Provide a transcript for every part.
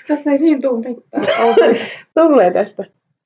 Tässä ei niin tuu mitään. Tulee tästä.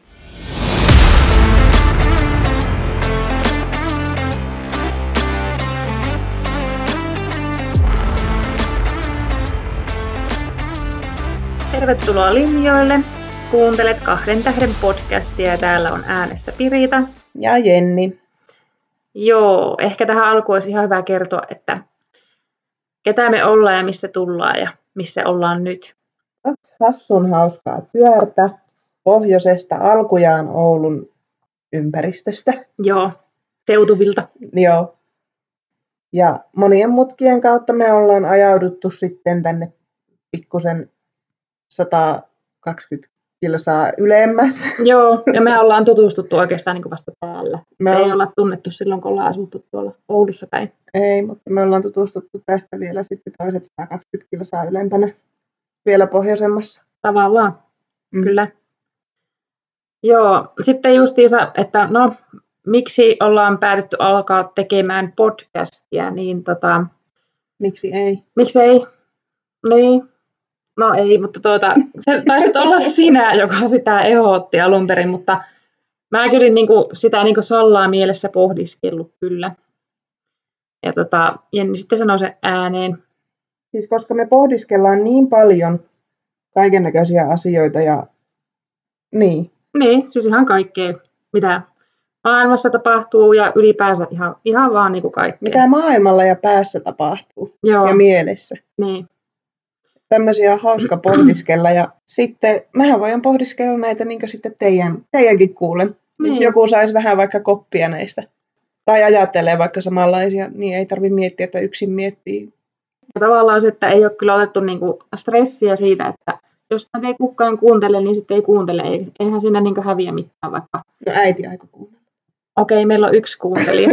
Tervetuloa linjoille. Kuuntelet Kahden tähden podcastia ja täällä on äänessä Pirita. Ja Jenni. Joo, ehkä tähän alkuun olisi ihan hyvä kertoa, että ketä me ollaan ja mistä tullaan ja missä ollaan nyt. Kaksi hassun hauskaa työrtä pohjoisesta, alkujaan Oulun ympäristöstä. Joo, seutuvilta. Joo. Ja monien mutkien kautta me ollaan ajauduttu sitten tänne pikkusen 120 kilsaa ylemmäs. Joo, ja me ollaan tutustuttu oikeastaan niin kuin vasta täällä. Ei olla tunnettu silloin, kun ollaan asuttu tuolla Oulussa päin. Ei, mutta me ollaan tutustuttu tästä vielä sitten toiset 120 kilsaa ylempänä. Vielä pohjoisemmassa. Tavallaan, kyllä. Joo, sitten justiinsa, että no, miksi ollaan päätetty alkaa tekemään podcastia, niin Miksi ei? Miksi ei? Niin. No ei, mutta se taisit olla sinä, joka sitä ehdotti alun perin, mutta mä kyllä sitä sallaa mielessä pohdiskellut kyllä. Ja Jenni sitten sanoi sen ääneen. Siis koska me pohdiskellaan niin paljon kaikennäköisiä asioita ja niin. Niin, siis ihan kaikkea, mitä maailmassa tapahtuu ja ylipäänsä ihan vaan niin kuin kaikkea. Mitä maailmalla ja päässä tapahtuu. Joo. Ja mielessä. Niin. Tämmöisiä on hauska pohdiskella ja sitten mähän voin pohdiskella näitä niin kuin sitten teidänkin kuulen. Niin. Jos joku saisi vähän vaikka koppia näistä. Tai ajattelee vaikka samanlaisia, niin ei tarvitse miettiä, että yksin miettii. Ja tavallaan se, että ei ole kyllä otettu niinku stressiä siitä, että jos ei kukaan kuuntele, niin sitten ei kuuntele. Eihän siinä niinku häviä mitään vaikka. No äiti aika kuunnella. Okei, meillä on yksi kuuntelija.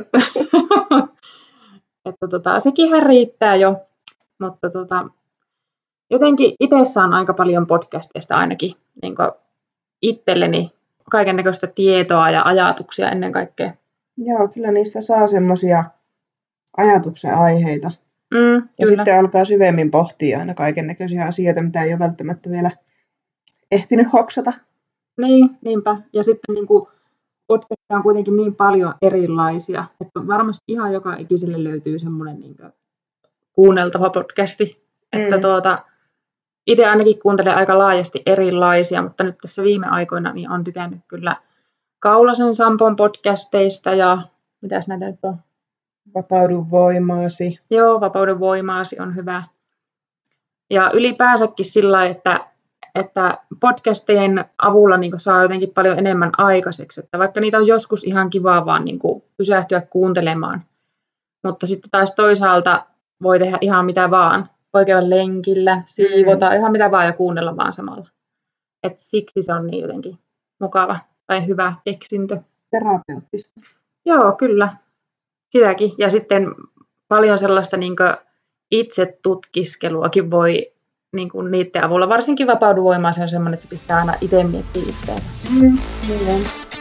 Että sekinhän riittää jo. Mutta jotenkin itse saan aika paljon podcasteista ainakin niin itselleni kaikennäköistä tietoa ja ajatuksia ennen kaikkea. Joo, kyllä niistä saa semmoisia ajatuksen aiheita. Ja kyllä. sitten alkaa syvemmin pohtia aina kaikennäköisiä asioita, mitä ei ole välttämättä vielä ehtinyt hoksata. Niin, niinpä. Ja sitten podcastia on kuitenkin niin paljon erilaisia, että varmasti ihan joka ikiselle löytyy semmoinen kuunneltava podcasti. Että itse ainakin kuuntelen aika laajasti erilaisia, mutta nyt tässä viime aikoina niin olen tykännyt kyllä Kaulasen Sampon podcasteista ja mitäs näitä nyt on? Vapaudu voimaasi. Joo, Vapaudu voimaasi on hyvä. Ja ylipäänsäkin sillä lailla, että podcastien avulla saa jotenkin paljon enemmän aikaiseksi. Että vaikka niitä on joskus ihan kivaa vaan pysähtyä kuuntelemaan. Mutta sitten taas toisaalta voi tehdä ihan mitä vaan. Voi käydä lenkillä, siivota, ihan mitä vaan ja kuunnella vaan samalla. Et siksi se on niin jotenkin mukava tai hyvä keksintö. Terapeuttista. Joo, kyllä. Sitäkin. Ja sitten paljon sellaista itse tutkiskeluakin voi niiden avulla. Varsinkin Vapaudu voimaan se on semmoinen, että se pistää aina itse miettimään itseänsä. Niin.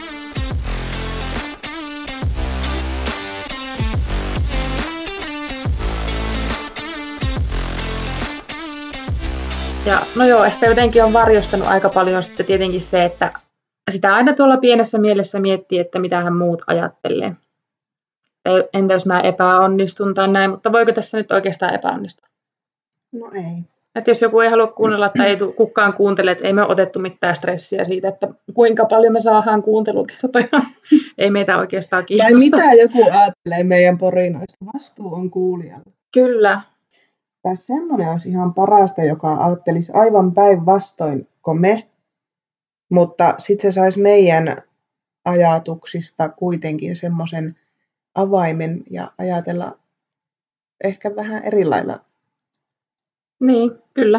Ja no joo, ehkä jotenkin on varjostanut aika paljon sitten tietenkin se, että sitä aina tuolla pienessä mielessä miettii, että mitä hän muut ajattelee. Entä jos mä epäonnistun tai näin, mutta voiko tässä nyt oikeastaan epäonnistua? No ei. Että jos joku ei halua kuunnella tai ei kukaan kuuntele, että ei me ole otettu mitään stressiä siitä, että kuinka paljon me saadaan kuuntelukertoja. Ei meitä oikeastaan kiinnosta. Tai mitä joku ajattelee meidän porinoista. Vastuu on kuulijalla. Kyllä. Tai semmoinen olisi ihan parasta, joka ajattelisi aivan päinvastoin kuin me. Mutta sitten se saisi meidän ajatuksista kuitenkin semmoisen avaimen ja ajatella ehkä vähän eri lailla. Niin, kyllä.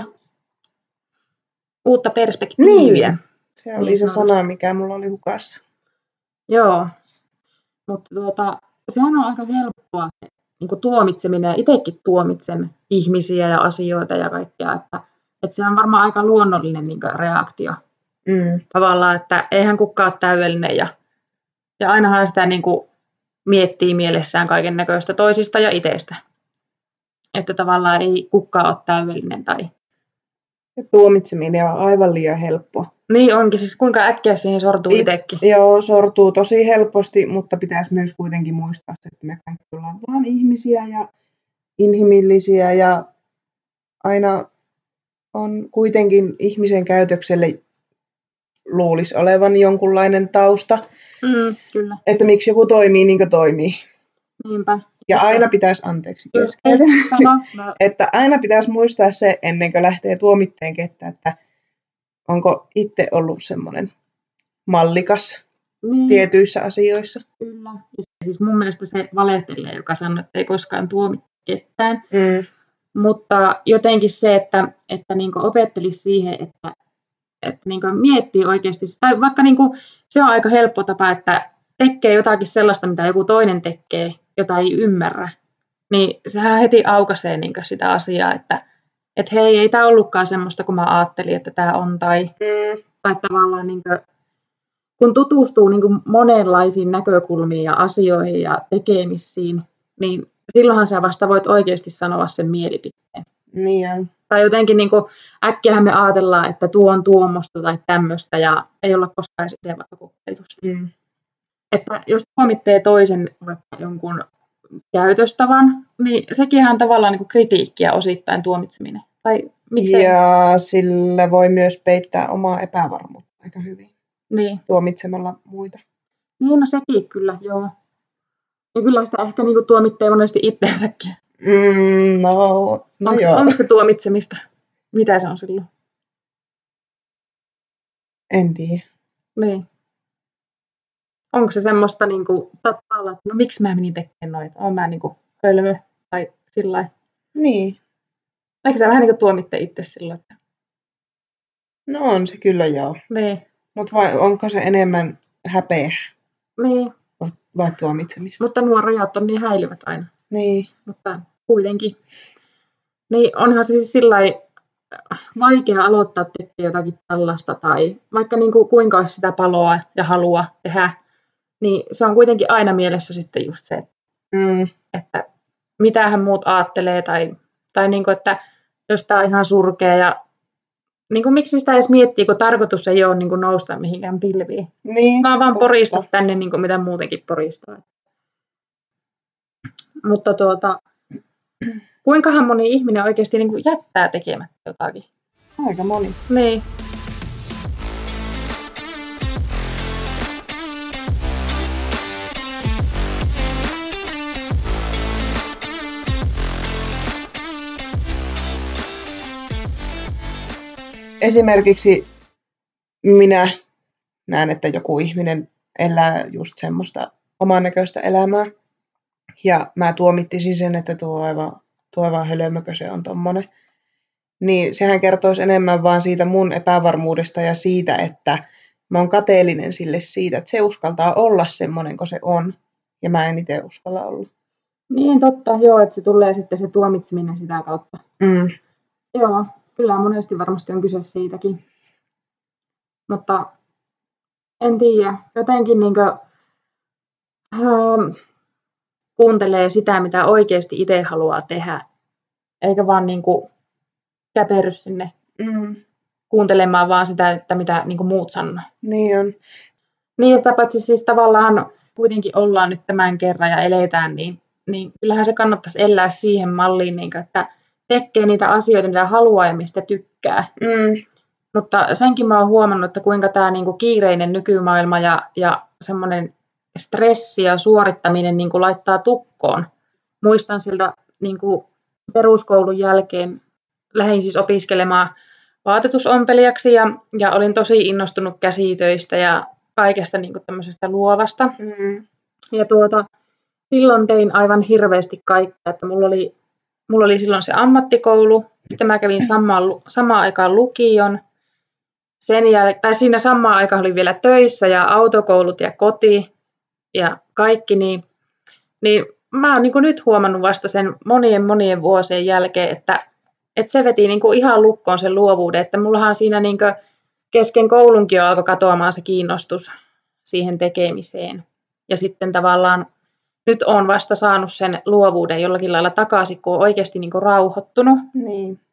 Uutta perspektiiviä. Niin. Se oli se sana, mikä mulla oli hukassa. Joo, mutta sehän on aika helppoa tuomitseminen, ja itsekin tuomitsen ihmisiä ja asioita ja kaikkea, että se on varmaan aika luonnollinen reaktio. Tavallaan, että eihän kukaan ole täydellinen ja ainahan sitä miettii mielessään kaiken näköistä toisista ja itsestä. Että tavallaan ei kukaan ole täydellinen tai Ja tuomitseminen on aivan liian helppoa. Niin onkin, siis kuinka äkkiä siihen sortuu itsekin. Joo, sortuu tosi helposti, mutta pitäisi myös kuitenkin muistaa, että me kaikki ollaan vaan ihmisiä ja inhimillisiä ja aina on kuitenkin ihmisen käytökselle luulisi olevan jonkunlainen tausta, Kyllä. että miksi joku toimii niin kuin toimii. Niinpä. Ja aina pitäisi, anteeksi keskeyden, että aina pitäisi muistaa se ennen kuin lähtee tuomitteen kettä, että onko itse ollut semmoinen mallikas tietyissä asioissa. Kyllä. Ja siis mun mielestä se valehtelee, joka sanoo, että ei koskaan tuomitse ketään. Mutta jotenkin se, että niin opettelisi siihen, että niin miettii oikeasti, tai vaikka niin se on aika helppo tapa, että tekee jotakin sellaista, mitä joku toinen tekee, jota ei ymmärrä, niin sehän heti aukaisee niin sitä asiaa, että hei, ei tämä ollutkaan semmoista, kun mä ajattelin, että tämä on, tai tavallaan niin kuin, kun tutustuu niin kuin monenlaisiin näkökulmiin ja asioihin ja tekemisiin, niin silloinhan sä vasta voit oikeasti sanoa sen mielipiteen. Niin on. Tai jotenkin niin kuin, äkkiähän me ajatellaan, että tuo on tuommoista tai tämmöistä, ja ei olla koskaan itse vaikka kokeiltu sitä. Että jos tuomittee toisen vaikka jonkun käytöstavan, niin sekin on tavallaan niin kuin kritiikkiä osittain tuomitseminen. Tai miksei? Ja sillä voi myös peittää omaa epävarmuutta aika hyvin. Niin. Tuomitsemalla muita. Niin, no sekin kyllä, joo. Ja kyllä sitä ehkä niin kuin tuomittee monesti itsensäkin. No joo. Onko se tuomitsemista? Mitä se on silloin? En tiedä. Niin. Onko se semmoista niin kuin tapalla, että no miksi mä menin tekemään noita? Oon mä niin kuin hölmö tai sillä lailla? Niin. Eikö sä vähän niin kuin tuomitte itse silloin? Että... No on se kyllä joo. Niin. Mutta onko se enemmän häpeä? Niin. Vai tuomitsemista? Mutta nuo rajat on niin häilyvät aina. Niin. Mutta kuitenkin. Niin onhan se siis sillä vaikea aloittaa tekemään jotakin tällaista, tai vaikka niin kuin kuinka olisi sitä paloa ja halua tehdä, niin se on kuitenkin aina mielessä sitten just se, että mitähän muut ajattelee, tai niin kuin, että jos tämä on ihan surkea, ja niin kuin, miksi sitä edes miettii, kun tarkoitus ei ole niin kuin nousta mihinkään pilviin. Niin, vaan porista tänne, niin kuin mitä muutenkin poristaa. Mutta kuinkahan moni ihminen oikeasti niin kuin jättää tekemättä jotakin? Aika moni. Niin. Esimerkiksi minä näen, että joku ihminen elää just semmoista oman näköistä elämää. Ja mä tuomittisin sen, että tuo aivan hölmökö se on tommonen. Niin sehän kertoisi enemmän vaan siitä mun epävarmuudesta ja siitä, että mä oon kateellinen sille siitä, että se uskaltaa olla semmonen kuin se on. Ja mä en itse uskalla olla. Niin totta, joo, että se tulee sitten se tuomitseminen sitä kautta. Joo, kyllä monesti varmasti on kyse siitäkin. Mutta en tiedä, jotenkin niinkö, kuuntelee sitä, mitä oikeasti itse haluaa tehdä, eikä vaan niinku käperry sinne kuuntelemaan vaan sitä, että mitä niinku muut sanoo. Niin on. Niin, ja sitä paitsi siis tavallaan kuitenkin ollaan nyt tämän kerran ja eletään, niin kyllähän se kannattaisi elää siihen malliin, niin kuin, että tekee niitä asioita, mitä haluaa ja mistä tykkää. Mutta senkin mä oon huomannut, että kuinka tämä niinku kiireinen nykymaailma ja semmoinen stressi ja suorittaminen niinku laittaa tukkoon. Muistan siltä niinku peruskoulun jälkeen lähdin siis opiskelemaan vaatetusompelijaksi ja olin tosi innostunut käsitöistä ja kaikesta niinku tämmöisestä luovasta. Ja silloin tein aivan hirveästi kaikkea, että mulla oli silloin se ammattikoulu, sitten mä kävin samaan aikaan lukion. Siinä samaan aikaan olin vielä töissä ja autokoulut ja koti ja kaikki, niin mä oon niin nyt huomannut vasta sen monien vuosien jälkeen, että se veti niin ihan lukkoon sen luovuuden, että mullahan siinä niin kesken koulunkin alkoi katoamaan se kiinnostus siihen tekemiseen. Ja sitten tavallaan nyt on vasta saanut sen luovuuden jollakin lailla takaisin, kun on oikeasti niin rauhoittunut. Niin.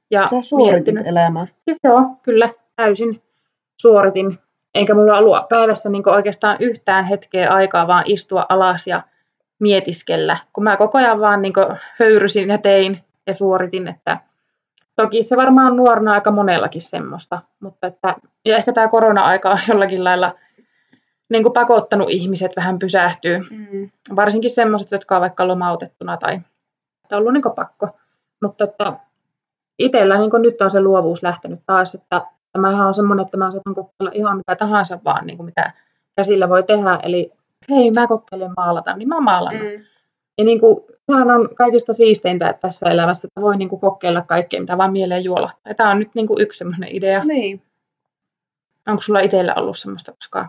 Ja Sä suoritit miettinyt. elämää. Siis joo, kyllä täysin suoritin. Eikä mulla ollut päivässä niin oikeastaan yhtään hetkeä aikaa vaan istua alas ja mietiskellä. Kun mä koko ajan vaan niin höyrysin ja tein ja suoritin. Että toki se varmaan on nuorena aika monellakin semmoista. Mutta ja ehkä tämä korona-aika on jollakin lailla niin pakottanut ihmiset vähän pysähtyä. Varsinkin semmoiset, jotka on vaikka lomautettuna tai ollut niin pakko. Mutta itsellä niin nyt on se luovuus lähtenyt taas, että tämähän on semmoinen, että mä saatan kokeilla ihan mitä tahansa vaan, niin mitä käsillä voi tehdä. Eli hei, mä kokeilen maalata, niin mä maalan. Ja niin kuin, sehän on kaikista siisteintä tässä elämässä, että voi niin kuin kokeilla kaikkea, mitä vaan mieleen juolahtaa. Ja tämä on nyt niin kuin yksi semmoinen idea. Niin. Onko sulla itsellä ollut semmoista koskaan?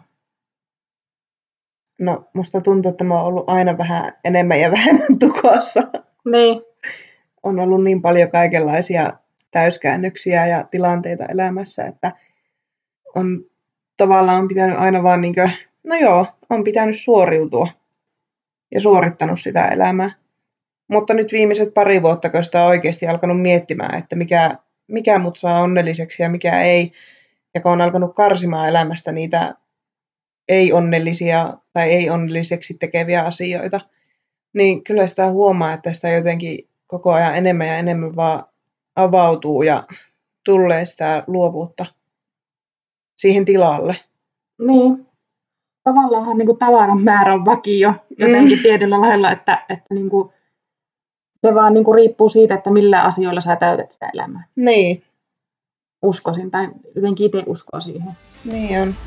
No, musta tuntuu, että mä oon ollut aina vähän enemmän ja vähemmän tukossa. Niin. On ollut niin paljon kaikenlaisia täyskäännöksiä ja tilanteita elämässä, että on tavallaan pitänyt aina vaan on pitänyt suoriutua ja suorittanut sitä elämää. Mutta nyt viimeiset 2 vuotta, kun sitä on oikeasti alkanut miettimään, että mikä mut saa onnelliseksi ja mikä ei, ja kun on alkanut karsimaan elämästä niitä ei-onnellisia tai ei-onnelliseksi tekeviä asioita, niin kyllä sitä huomaa, että sitä jotenkin koko ajan enemmän ja enemmän vaan avautuu ja tulee sitä luovuutta siihen tilalle. Niin. Tavallaan niin kuin tavaran määrä on vakio jotenkin tietyllä lailla, että niin kuin, se vaan niin kuin riippuu siitä, että millä asioilla sä täytät sitä elämää. Niin. Uskoisin, tai jotenkin itse uskoo siihen. Niin on.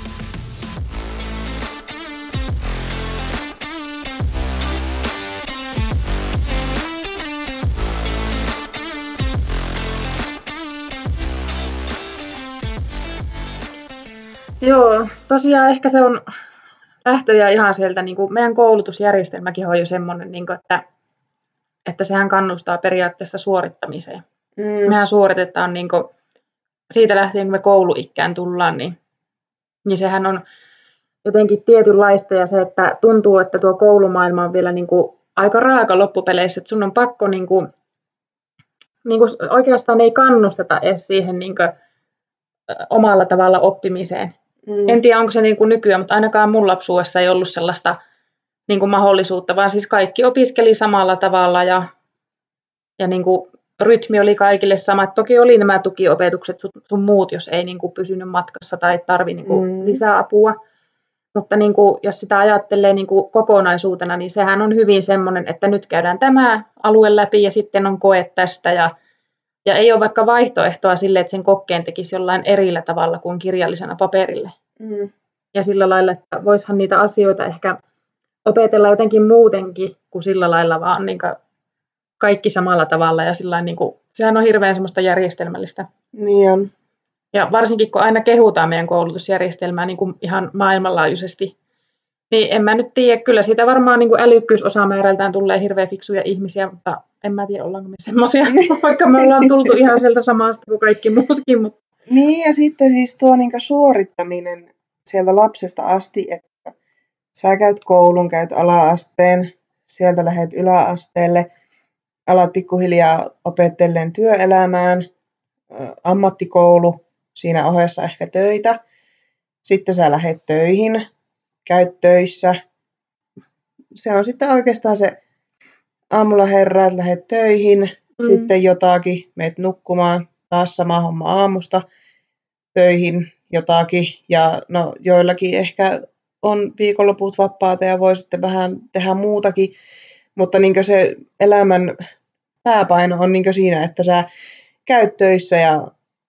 Joo, tosiaan ehkä se on lähtöjä ihan sieltä, niin kuin meidän koulutusjärjestelmäkin on jo semmoinen, niin kuin, että sehän kannustaa periaatteessa suorittamiseen. Mehän suoritetaan niin kuin, siitä lähtien, kun me kouluikään tullaan, niin sehän on jotenkin tietynlaista ja se, että tuntuu, että tuo koulumaailma on vielä niin kuin aika raaka loppupeleissä, että sun on pakko niin kuin oikeastaan ei kannusteta edes siihen niin kuin, omalla tavalla oppimiseen. En tiedä, onko se niin kuin nykyään, mutta ainakaan mun lapsuudessa ei ollut sellaista niin kuin mahdollisuutta, vaan siis kaikki opiskeli samalla tavalla ja niin kuin rytmi oli kaikille sama. Toki oli nämä tukiopetukset sun muut, jos ei niin kuin pysynyt matkassa tai tarvi niin kuin lisää apua. Mutta niin kuin, jos sitä ajattelee niin kuin kokonaisuutena, niin sehän on hyvin semmoinen, että nyt käydään tämä alue läpi ja sitten on koe tästä. Ja ei ole vaikka vaihtoehtoa sille, että sen kokkeen tekisi jollain erillä tavalla kuin kirjallisena paperille. Ja sillä lailla, että voisihan niitä asioita ehkä opetella jotenkin muutenkin kuin sillä lailla, vaan niin kuin kaikki samalla tavalla. Ja sillain, niin kuin, sehän on hirveän semmoista järjestelmällistä. Niin on. Ja varsinkin kun aina kehutaan meidän koulutusjärjestelmää niin kuin ihan maailmanlaajuisesti, niin en mä nyt tiedä, kyllä siitä varmaan niin kuin älykkyysosamäärältään tulee hirveän fiksuja ihmisiä, mutta en mä tiedä, ollaanko me semmoisia, vaikka me ollaan tultu ihan sieltä samasta kuin kaikki muutkin. Mutta. Niin ja sitten siis tuo niin kuin suorittaminen sieltä lapsesta asti, että sä käyt koulun, käyt ala-asteen, sieltä lähdet yläasteelle, alat pikkuhiljaa opettelemaan työelämään, ammattikoulu, siinä ohessa ehkä töitä. Sitten sä lähdet töihin, käyt töissä. Se on sitten oikeastaan se aamulla herraat, lähdet töihin, sitten jotakin, meet nukkumaan, taas sama homma aamusta, töihin jotakin. Ja no joillakin ehkä on viikonloput vapaata ja voi sitten vähän tehdä muutakin, mutta niin se elämän pääpaino on niin siinä, että sä käyt töissä ja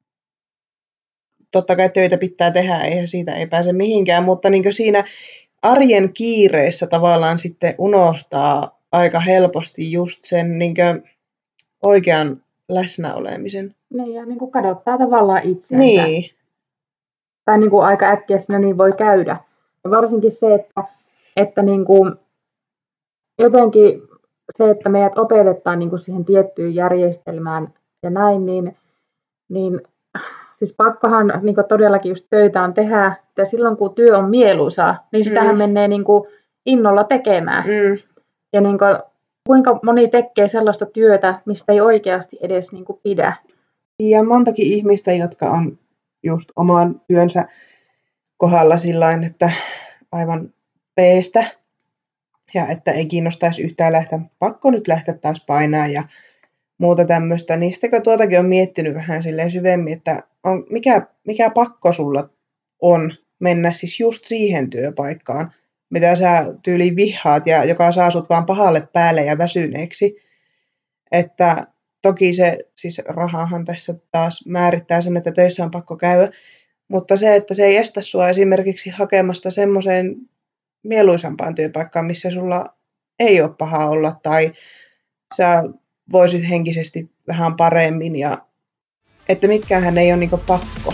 totta kai töitä pitää tehdä, eihän siitä ei pääse mihinkään, mutta niin siinä arjen kiireessä tavallaan sitten unohtaa aika helposti just sen niin oikean läsnäolemisen. Niin, ja niin kuin kadottaa tavallaan itseensä. Niin. Tai niin kuin aika äkkiä siinä niin voi käydä. Ja varsinkin se, että niin kuin jotenkin se, että meidät opetetaan niin kuin siihen tiettyyn järjestelmään ja näin, niin siis pakkohan niin kuin todellakin just töitä on tehdä. Ja silloin kun työ on mieluisaa, niin sitähän menee niin kuin innolla tekemään. Ja niin kuin, kuinka moni tekee sellaista työtä, mistä ei oikeasti edes niin kuin pidä. tiedän montakin ihmistä, jotka on just oman työnsä kohdalla sillain, että aivan peestä ja että ei kiinnostaisi yhtään lähteä, pakko nyt lähteä taas painaa ja muuta tämmöistä. Niin sitäkö tuotakin on miettinyt vähän silleen syvemmin, että mikä pakko sulla on mennä siis just siihen työpaikkaan, mitä sä tyyliin vihaat ja joka saa sut vaan pahalle päälle ja väsyneeksi. Että toki se, siis rahahan tässä taas määrittää sen, että töissä on pakko käydä, mutta se, että se ei estä sua esimerkiksi hakemasta semmoiseen mieluisampaan työpaikkaan, missä sulla ei ole paha olla tai sä voisit henkisesti vähän paremmin ja että mitkään ei ole niinku pakko.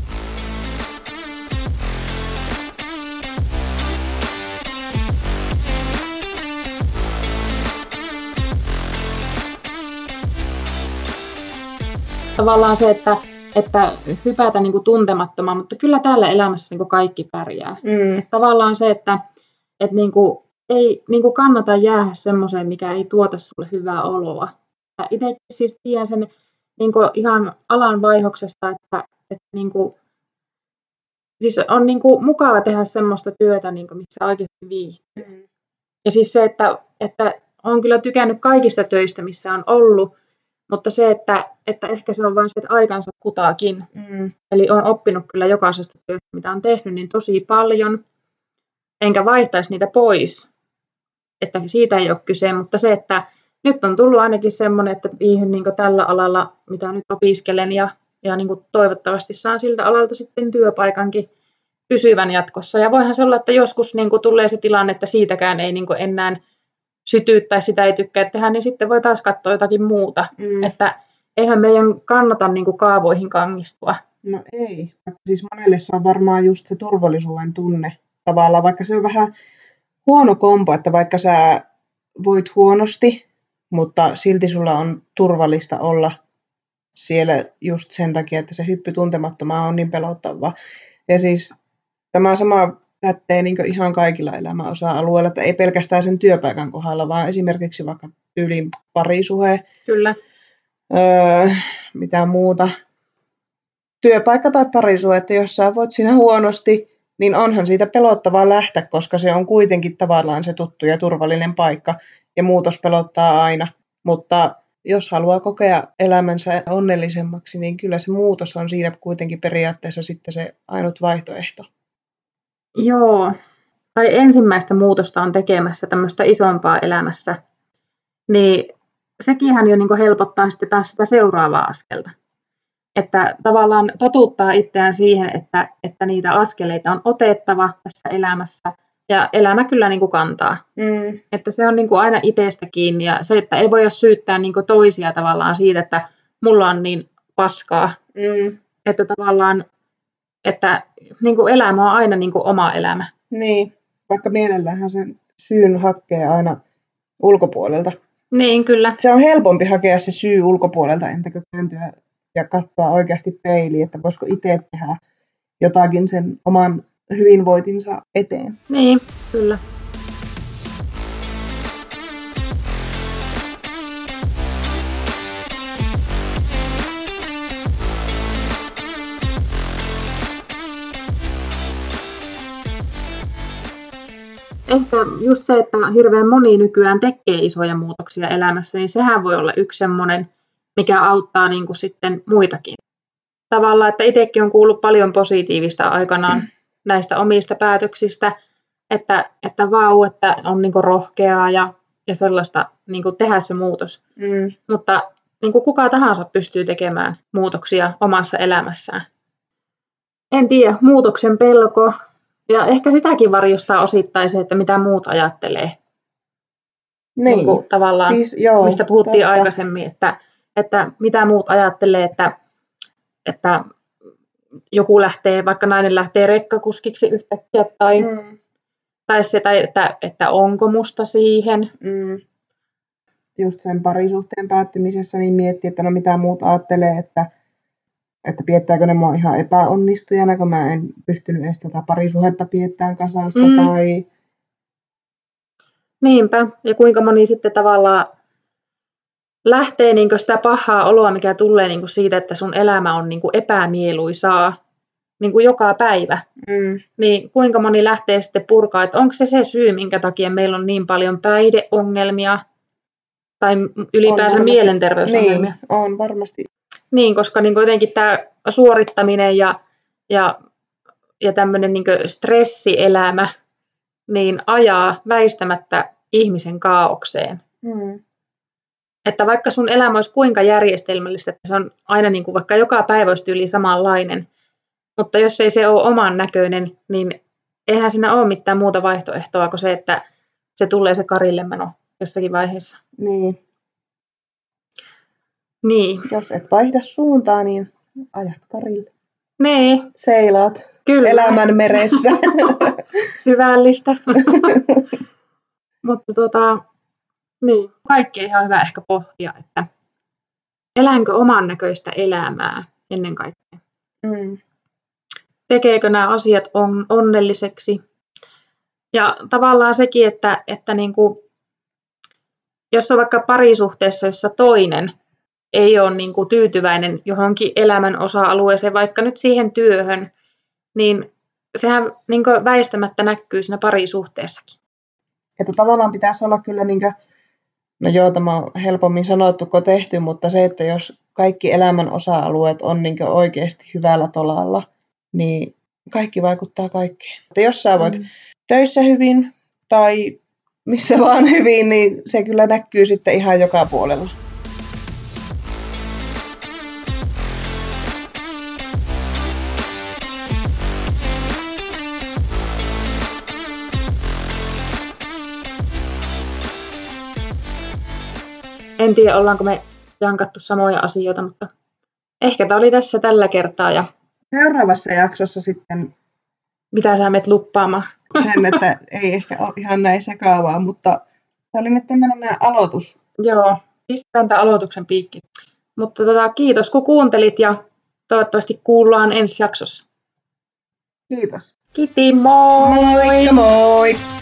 Tavallaan se, että hypätä niin kuin tuntemattomaan, mutta kyllä täällä elämässä niin kuin kaikki pärjää. Että tavallaan se, että niin kuin ei niin kuin kannata jäädä semmoiseen, mikä ei tuota sulle hyvää oloa. Itse siis tiedän sen niin kuin ihan alan vaihoksesta, että niin kuin, siis on niin kuin mukava tehdä semmoista työtä, niin kuin missä oikeasti viihtyy. Ja siis se, että olen kyllä tykännyt kaikista töistä, missä on ollut, mutta se, että ehkä se on vain se, että aikansa kutaakin. Eli olen oppinut kyllä jokaisesta työstä, mitä olen tehnyt, niin tosi paljon. Enkä vaihtaisi niitä pois. Että siitä ei ole kyse, mutta se, että nyt on tullut ainakin semmoinen, että viihyn niin tällä alalla, mitä nyt opiskelen, ja niin toivottavasti saan siltä alalta sitten työpaikankin pysyvän jatkossa. Ja voihan se olla, että joskus niin tulee se tilanne, että siitäkään ei niin enää sytyy tai sitä ei tykkää tehdä, niin sitten voi taas katsoa jotakin muuta. Että eihän meidän kannata niin kaavoihin kangistua. No ei. Siis monelle se on varmaan just se turvallisuuden tunne tavallaan, vaikka se on vähän huono kompo, että vaikka sä voit huonosti, mutta silti sulla on turvallista olla siellä just sen takia, että se hyppy tuntemattomaan on niin pelottavaa. Ja siis tämä sama pätee niin ihan kaikilla elämän osa-alueilla, että ei pelkästään sen työpaikan kohdalla, vaan esimerkiksi vaikka tyyliin parisuhe. Kyllä. Mitä muuta. Työpaikka tai parisuhe, että jos sä voit siinä huonosti, niin onhan siitä pelottavaa lähteä, koska se on kuitenkin tavallaan se tuttu ja turvallinen paikka ja muutos pelottaa aina. Mutta jos haluaa kokea elämänsä onnellisemmaksi, niin kyllä se muutos on siinä kuitenkin periaatteessa sitten se ainut vaihtoehto. Joo. Tai ensimmäistä muutosta on tekemässä tämmöistä isompaa elämässä, niin sekinhän jo niin helpottaa sitten taas sitä seuraavaa askelta. Että tavallaan totuttaa itseään siihen, että niitä askeleita on otettava tässä elämässä ja elämä kyllä niin kantaa. Että se on niin aina itsestä kiinni ja se, että ei voida syyttää niin toisia tavallaan siitä, että mulla on niin paskaa. Että tavallaan, että niin elämä on aina niin oma elämä. Niin, vaikka mielellähän sen syyn hakee aina ulkopuolelta. Niin, kyllä. Se on helpompi hakea se syy ulkopuolelta, entäkö kääntyä ja katsoa oikeasti peiliin, että voisiko itse tehdä jotakin sen oman hyvinvointinsa eteen. Niin, kyllä. Ehkä just se, että hirveän moni nykyään tekee isoja muutoksia elämässä, niin sehän voi olla yksi semmoinen, mikä auttaa niin kuin sitten muitakin. Tavallaan, että itsekin on kuullut paljon positiivista aikanaan näistä omista päätöksistä, että vau, että on niin kuin rohkeaa ja sellaista niin kuin tehdä se muutos. Mutta niin kuin kuka tahansa pystyy tekemään muutoksia omassa elämässään. En tiedä, muutoksen pelko. Ja ehkä sitäkin varjostaa osittain se, että mitä muut ajattelee. Niin, tavallaan, siis, joo, mistä puhuttiin totta. aikaisemmin, että mitä muut ajattelee, että joku lähtee, vaikka nainen lähtee rekkakuskiksi yhtäkkiä, tai se, että onko musta siihen. Just sen parisuhteen päättymisessä niin miettii, että no mitä muut ajattelee, että piettääkö ne mua ihan epäonnistujana, kun mä en pystynyt edes tätä parisuhetta piettämään kasassa. Tai... Niinpä, ja kuinka moni sitten tavallaan lähtee niin sitä pahaa oloa, mikä tulee niin siitä, että sun elämä on niin epämieluisaa niin joka päivä, niin kuinka moni lähtee sitten purkaa, että onko se syy, minkä takia meillä on niin paljon päihdeongelmia tai ylipäänsä mielenterveysongelmia. Niin, on varmasti. Niin, koska niin jotenkin tämä suorittaminen ja tämmöinen niin stressielämä niin ajaa väistämättä ihmisen kaaukseen. Että vaikka sun elämä olisi kuinka järjestelmällistä, että se on aina niin kuin vaikka joka päivä olisi tyyli samanlainen, mutta jos ei se ole oman näköinen, niin eihän siinä ole mitään muuta vaihtoehtoa kuin se, että se tulee se karille meno jossakin vaiheessa. Niin. Jos et vaihda suuntaa, niin ajat karille. Niin. Seilaat. Kyllä. Elämän meressä. Syvällistä. Mutta niin, kaikki on ihan hyvä ehkä pohtia, että elänkö oman näköistä elämää ennen kaikkea. Tekeekö nämä asiat onnelliseksi? Ja tavallaan sekin, että niin kuin, jos on vaikka parisuhteessa, jossa toinen ei ole niin kuin tyytyväinen johonkin elämän osa-alueeseen, vaikka nyt siihen työhön, niin sehän niin kuin väistämättä näkyy siinä parisuhteessakin. Että tavallaan pitäisi olla kyllä, niin kuin, no joo, tämä on helpommin sanottu kuin tehty, mutta se, että jos kaikki elämän osa-alueet on niin kuin oikeasti hyvällä tolalla, niin kaikki vaikuttaa kaikkeen. Että jos sä voit töissä hyvin tai missä vaan hyvin, niin se kyllä näkyy sitten ihan joka puolella. En tiedä, ollaanko me jankattu samoja asioita, mutta ehkä tämä oli tässä tällä kertaa. Ja seuraavassa jaksossa sitten mitä sä menet luppaamaan? Sen, että ei ehkä ole ihan näin sekaavaa, mutta tämä oli nyt tämmöinen meidän aloitus. Joo, pistetään tämän aloituksen piikki. Mutta kiitos kun kuuntelit ja toivottavasti kuullaan ensi jaksossa. Kiitos. Kiitos, moi! Moikka moi!